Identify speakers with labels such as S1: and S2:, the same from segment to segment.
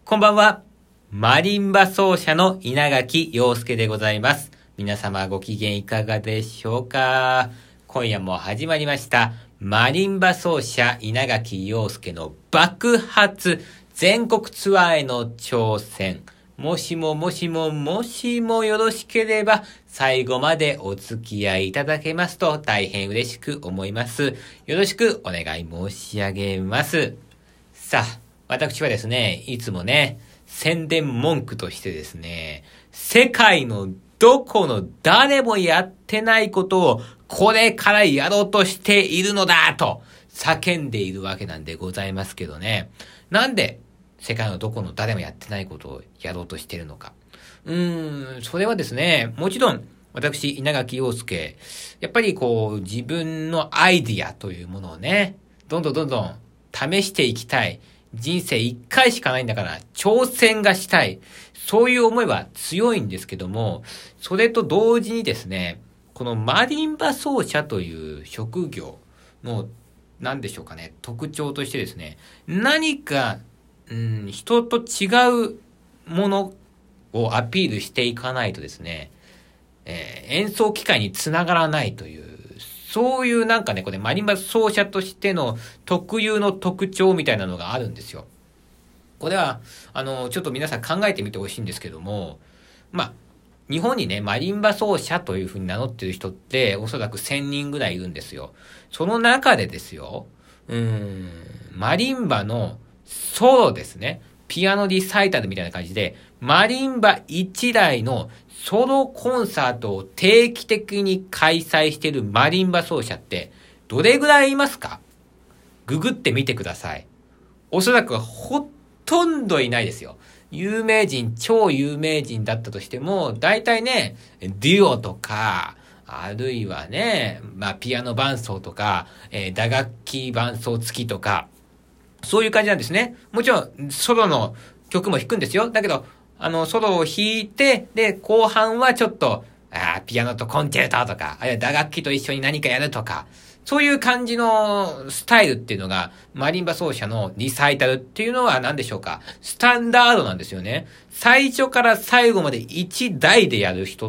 S1: こんばんは。マリンバ奏者の稲垣陽介でございます。皆様ご機嫌いかがでしょうか。今夜も始まりました。マリンバ奏者稲垣陽介の爆発全国ツアーへの挑戦。もしもよろしければ最後までお付き合いいただけますと大変嬉しく思います。よろしくお願い申し上げます。さあ、私はですね、いつもね、宣伝文句としてですね、世界のどこの誰もやってないことをこれからやろうとしているのだと叫んでいるわけなんでございますけどね。なんで世界のどこの誰もやってないことをやろうとしているのか。それはですね、もちろん私、稲垣陽介、やっぱり自分のアイディアというものをね、どんどん試していきたい。人生一回しかないんだから挑戦がしたい。そういう思いは強いんですけども、それと同時にですね、このマリンバ奏者という職業の、なんでしょうかね、特徴としてですね、何か、人と違うものをアピールしていかないとですね、演奏機会につながらないという、そういうなんかね、これマリンバ奏者としての特有の特徴みたいなのがあるんですよ。これは、ちょっと皆さん考えてみてほしいんですけども、日本にね、マリンバ奏者というふうに名乗ってる人って、おそらく1000人ぐらいいるんですよ。その中でですよ、マリンバのソロですね。ピアノリサイタルみたいな感じで、マリンバ1台のソロコンサートを定期的に開催しているマリンバ奏者ってどれぐらいいますか？ググってみてください。おそらくほとんどいないですよ。超有名人だったとしても、大体ね、デュオとか、あるいはね、ピアノ伴奏とか、打楽器伴奏付きとか、そういう感じなんですね。もちろん、ソロの曲も弾くんですよ。だけど、ソロを弾いて、で、後半はちょっと、ピアノとコンチェルトとか、あるいは打楽器と一緒に何かやるとか、そういう感じのスタイルっていうのが、マリンバ奏者のリサイタルっていうのは何でしょうか？スタンダードなんですよね。最初から最後まで1台でやる人って、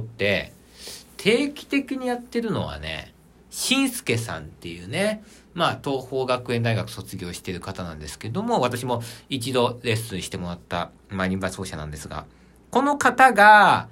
S1: 定期的にやってるのはね、新助さんっていうね、東邦学園大学卒業している方なんですけども、私も一度レッスンしてもらったマリンバ奏者なんですが、この方が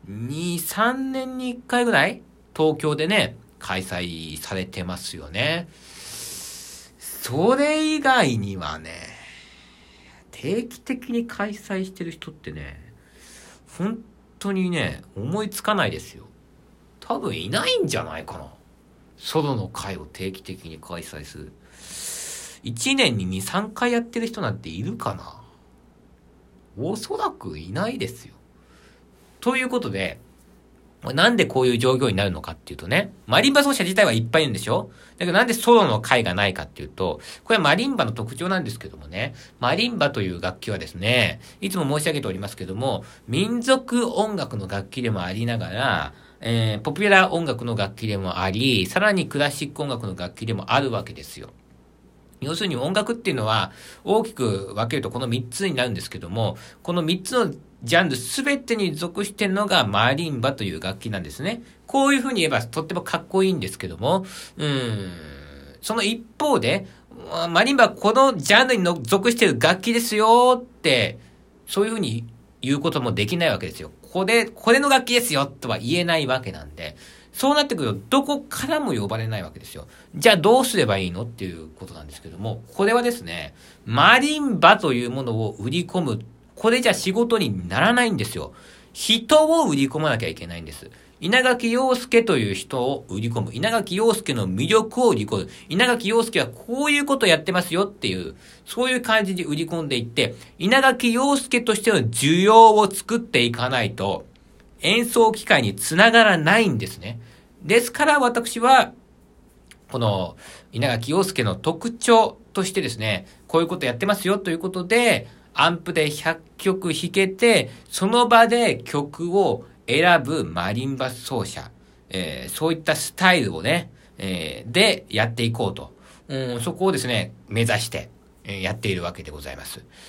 S1: 2、3年に1回ぐらい東京でね、開催されてますよね。それ以外にはね、定期的に開催してる人ってね、本当にね、思いつかないですよ。多分いないんじゃないかな。ソロの会を定期的に開催する。1年に2、3回やってる人なんているかな？おそらくいないですよ。ということで、なんでこういう状況になるのかっていうとね、マリンバ奏者自体はいっぱいいるんでしょ？だけどなんでソロの会がないかっていうと、これはマリンバの特徴なんですけどもね、マリンバという楽器はですね、いつも申し上げておりますけども、民族音楽の楽器でもありながら、ポピュラー音楽の楽器でもあり、さらにクラシック音楽の楽器でもあるわけですよ。要するに音楽っていうのは大きく分けるとこの3つになるんですけども、この3つのジャンルすべてに属しているのがマリンバという楽器なんですね。こういうふうに言えばとってもかっこいいんですけども、その一方で、マリンバはこのジャンルに属している楽器ですよって、そういうふうに言うこともできないわけですよ。これの楽器ですよとは言えないわけなんで、そうなってくるとどこからも呼ばれないわけですよ。じゃあどうすればいいのっていうことなんですけども、これはですね、マリンバというものを売り込む。これじゃ仕事にならないんですよ。人を売り込まなきゃいけないんです。稲垣陽介という人を売り込む。稲垣陽介の魅力を売り込む。稲垣陽介はこういうことをやってますよっていう、そういう感じで売り込んでいって、稲垣陽介としての需要を作っていかないと、演奏機会につながらないんですね。ですから私は、この稲垣陽介の特徴としてですね、こういうことやってますよということで、アンプで100曲弾けて、その場で曲を選ぶマリンバ奏者、そういったスタイルをね、でやっていこうと、そこをですね、目指して、やっているわけでございます。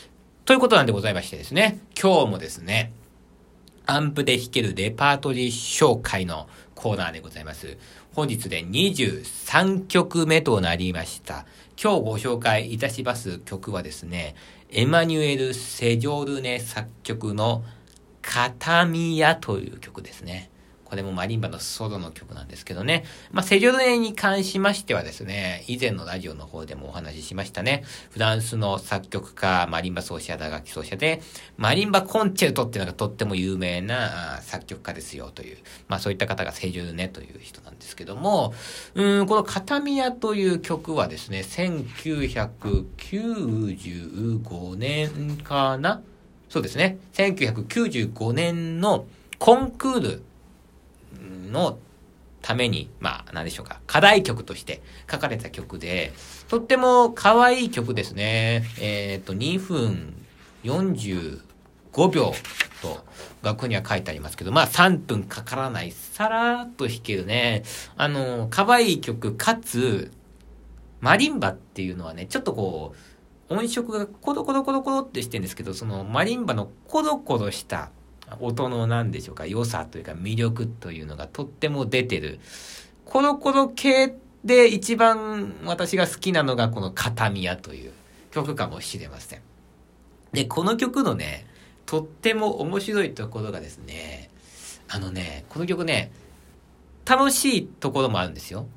S1: ということなんでございましてですね、今日もですね、アンプで弾けるレパートリー紹介のコーナーでございます。本日で23曲目となりました。今日ご紹介いたします曲はですね、エマニュエル・セジョルネ作曲の片宮という曲ですね。これもマリンバのソロの曲なんですけどね。セジョルネに関しましてはですね、以前のラジオの方でもお話ししましたね。フランスの作曲家、マリンバ奏者、打楽器奏者で、マリンバコンチェルトっていうのがとっても有名な作曲家ですよという、そういった方がセジョルネという人なんですけども、この片宮という曲はですね、1995年かな？そうですね。1995年のコンクールのために、何でしょうか、課題曲として書かれた曲で、とっても可愛い曲ですね。2分45秒と楽譜には書いてありますけど、3分かからない、さらっと弾けるね。可愛い曲かつ、マリンバっていうのはね、ちょっとこう、音色がコロコロコロコロってしてるんですけど、そのマリンバのコロコロした音の何でしょうか、良さというか魅力というのがとっても出てる。コロコロ系で一番私が好きなのがこの片宮という曲かもしれません。で、この曲のね、とっても面白いところがですね、この曲ね、楽しいところもあるんですよ。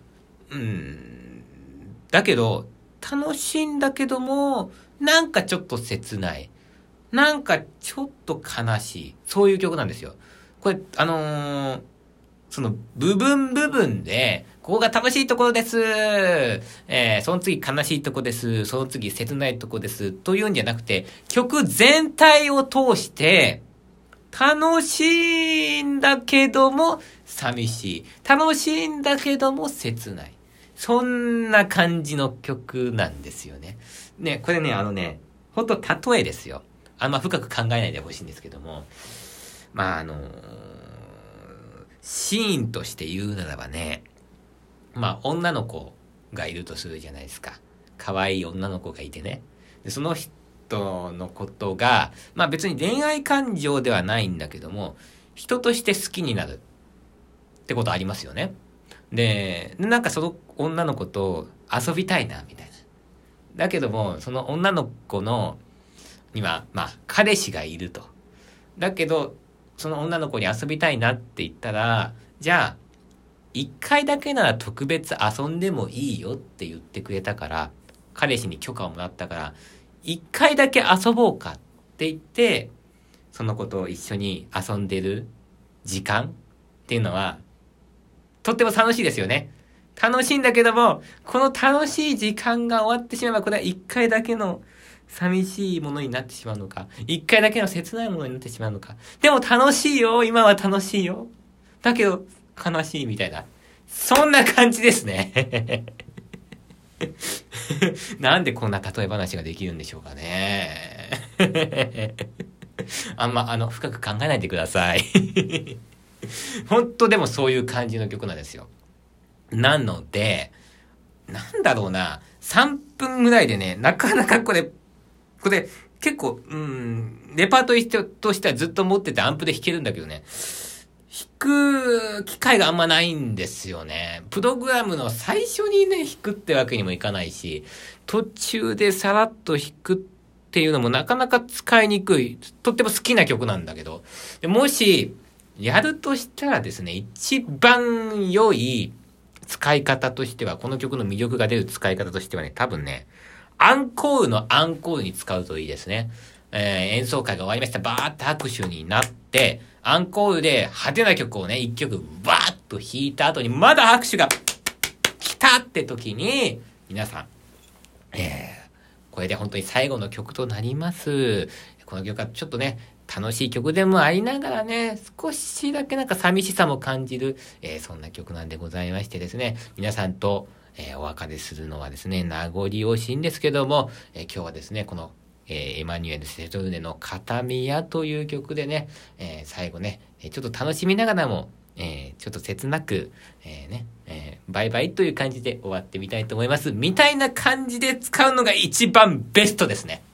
S1: だけど、楽しいんだけども、なんかちょっと切ない。なんかちょっと悲しい。そういう曲なんですよ。これ、その部分で、ここが楽しいところです。その次悲しいところです。その次切ないところです。というんじゃなくて、曲全体を通して、楽しいんだけども寂しい。楽しいんだけども切ない。そんな感じの曲なんですよね。ね、これね、ほんと例えですよ。あんま深く考えないでほしいんですけども、シーンとして言うならばね、女の子がいるとするじゃないですか。可愛い女の子がいてね。でその人のことが、別に恋愛感情ではないんだけども、人として好きになるってことありますよね。で、なんかその女の子と遊びたいな、みたいな。だけども、その女の子のには、彼氏がいると。だけど、その女の子に遊びたいなって言ったら、じゃあ、一回だけなら特別遊んでもいいよって言ってくれたから、彼氏に許可をもらったから、一回だけ遊ぼうかって言って、その子と一緒に遊んでる時間っていうのは、とっても楽しいですよね。楽しいんだけども、この楽しい時間が終わってしまえば、これは一回だけの寂しいものになってしまうのか、一回だけの切ないものになってしまうのか。でも楽しいよ、今は楽しいよ。だけど悲しいみたいな。そんな感じですね。なんでこんな例え話ができるんでしょうかね。あんま深く考えないでください。本当でもそういう感じの曲なんですよ。なので、なんだろうな、3分ぐらいでね、なかなかこれ結構、レパートリーとしてはずっと持っててアンプで弾けるんだけどね、弾く機会があんまないんですよね。プログラムの最初にね、弾くってわけにもいかないし、途中でさらっと弾くっていうのもなかなか使いにくい。とっても好きな曲なんだけど。もし、やるとしたらですね、一番良い使い方としては、この曲の魅力が出る使い方としてはね、多分ね、アンコールのアンコールに使うといいですね。演奏会が終わりました。バーって拍手になって、アンコールで派手な曲をね、一曲バーッと弾いた後に、まだ拍手が来たって時に、皆さん、これで本当に最後の曲となります。この曲はちょっとね、楽しい曲でもありながらね、少しだけなんか寂しさも感じる、そんな曲なんでございましてですね、皆さんと、お別れするのはですね、名残惜しいんですけども、今日はですね、この、エマニュエル・セトルネの片宮という曲でね、最後ね、ちょっと楽しみながらも、ちょっと切なく、バイバイという感じで終わってみたいと思います。みたいな感じで使うのが一番ベストですね。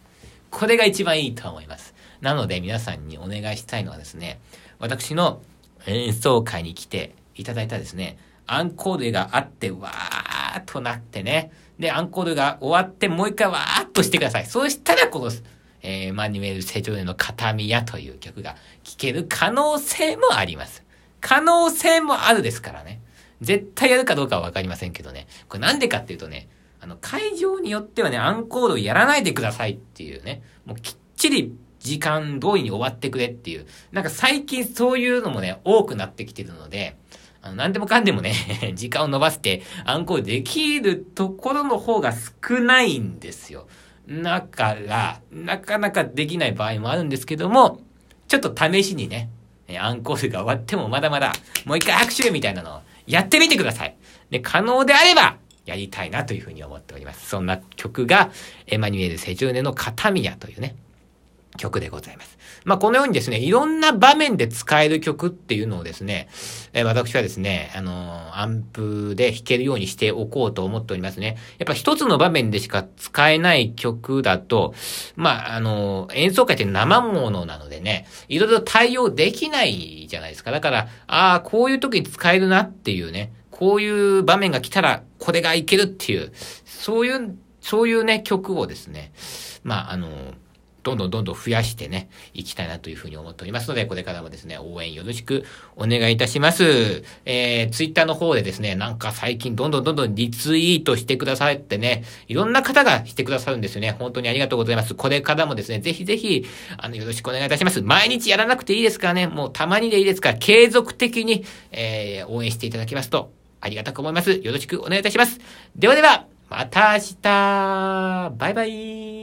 S1: これが一番いいと思います。なので皆さんにお願いしたいのはですね、私の演奏会に来ていただいたですね、アンコールがあって、わーっとなってね。で、アンコールが終わって、もう一回わーっとしてください。そうしたら、この、マニュエル・セジョーネの形見屋という曲が聴ける可能性もあります。可能性もあるですからね。絶対やるかどうかはわかりませんけどね。これなんでかっていうとね、会場によってはね、アンコールをやらないでくださいっていうね、もうきっちり時間通りに終わってくれっていう、なんか最近そういうのもね、多くなってきてるので、なんでもかんでもね、時間を伸ばしてアンコールできるところの方が少ないんですよ。だから、なかなかできない場合もあるんですけども、ちょっと試しにね、アンコールが終わってもまだまだ、もう一回拍手みたいなのをやってみてください。で、可能であれば、やりたいなというふうに思っております。そんな曲が、エマニュエル・セジューネの形見屋というね、曲でございます。まあ、このようにですね、いろんな場面で使える曲っていうのをですね、私はですね、アンプで弾けるようにしておこうと思っておりますね。やっぱ一つの場面でしか使えない曲だと、まあ、演奏会って生ものなのでね、いろいろ対応できないじゃないですか。だから、こういう時に使えるなっていうね、こういう場面が来たら、これがいけるっていう、そういうね、曲をですね、まあ、どんどん増やしてね、いきたいなというふうに思っておりますので、これからもですね、応援よろしくお願いいたします。ツイッターの方でですね、なんか最近どんどんリツイートしてくださってね、いろんな方がしてくださるんですよね。本当にありがとうございます。これからもですね、ぜひぜひ、よろしくお願いいたします。毎日やらなくていいですからね、もうたまにでいいですから、継続的に、応援していただきますと、ありがたく思います。よろしくお願いいたします。では、また明日バイバイ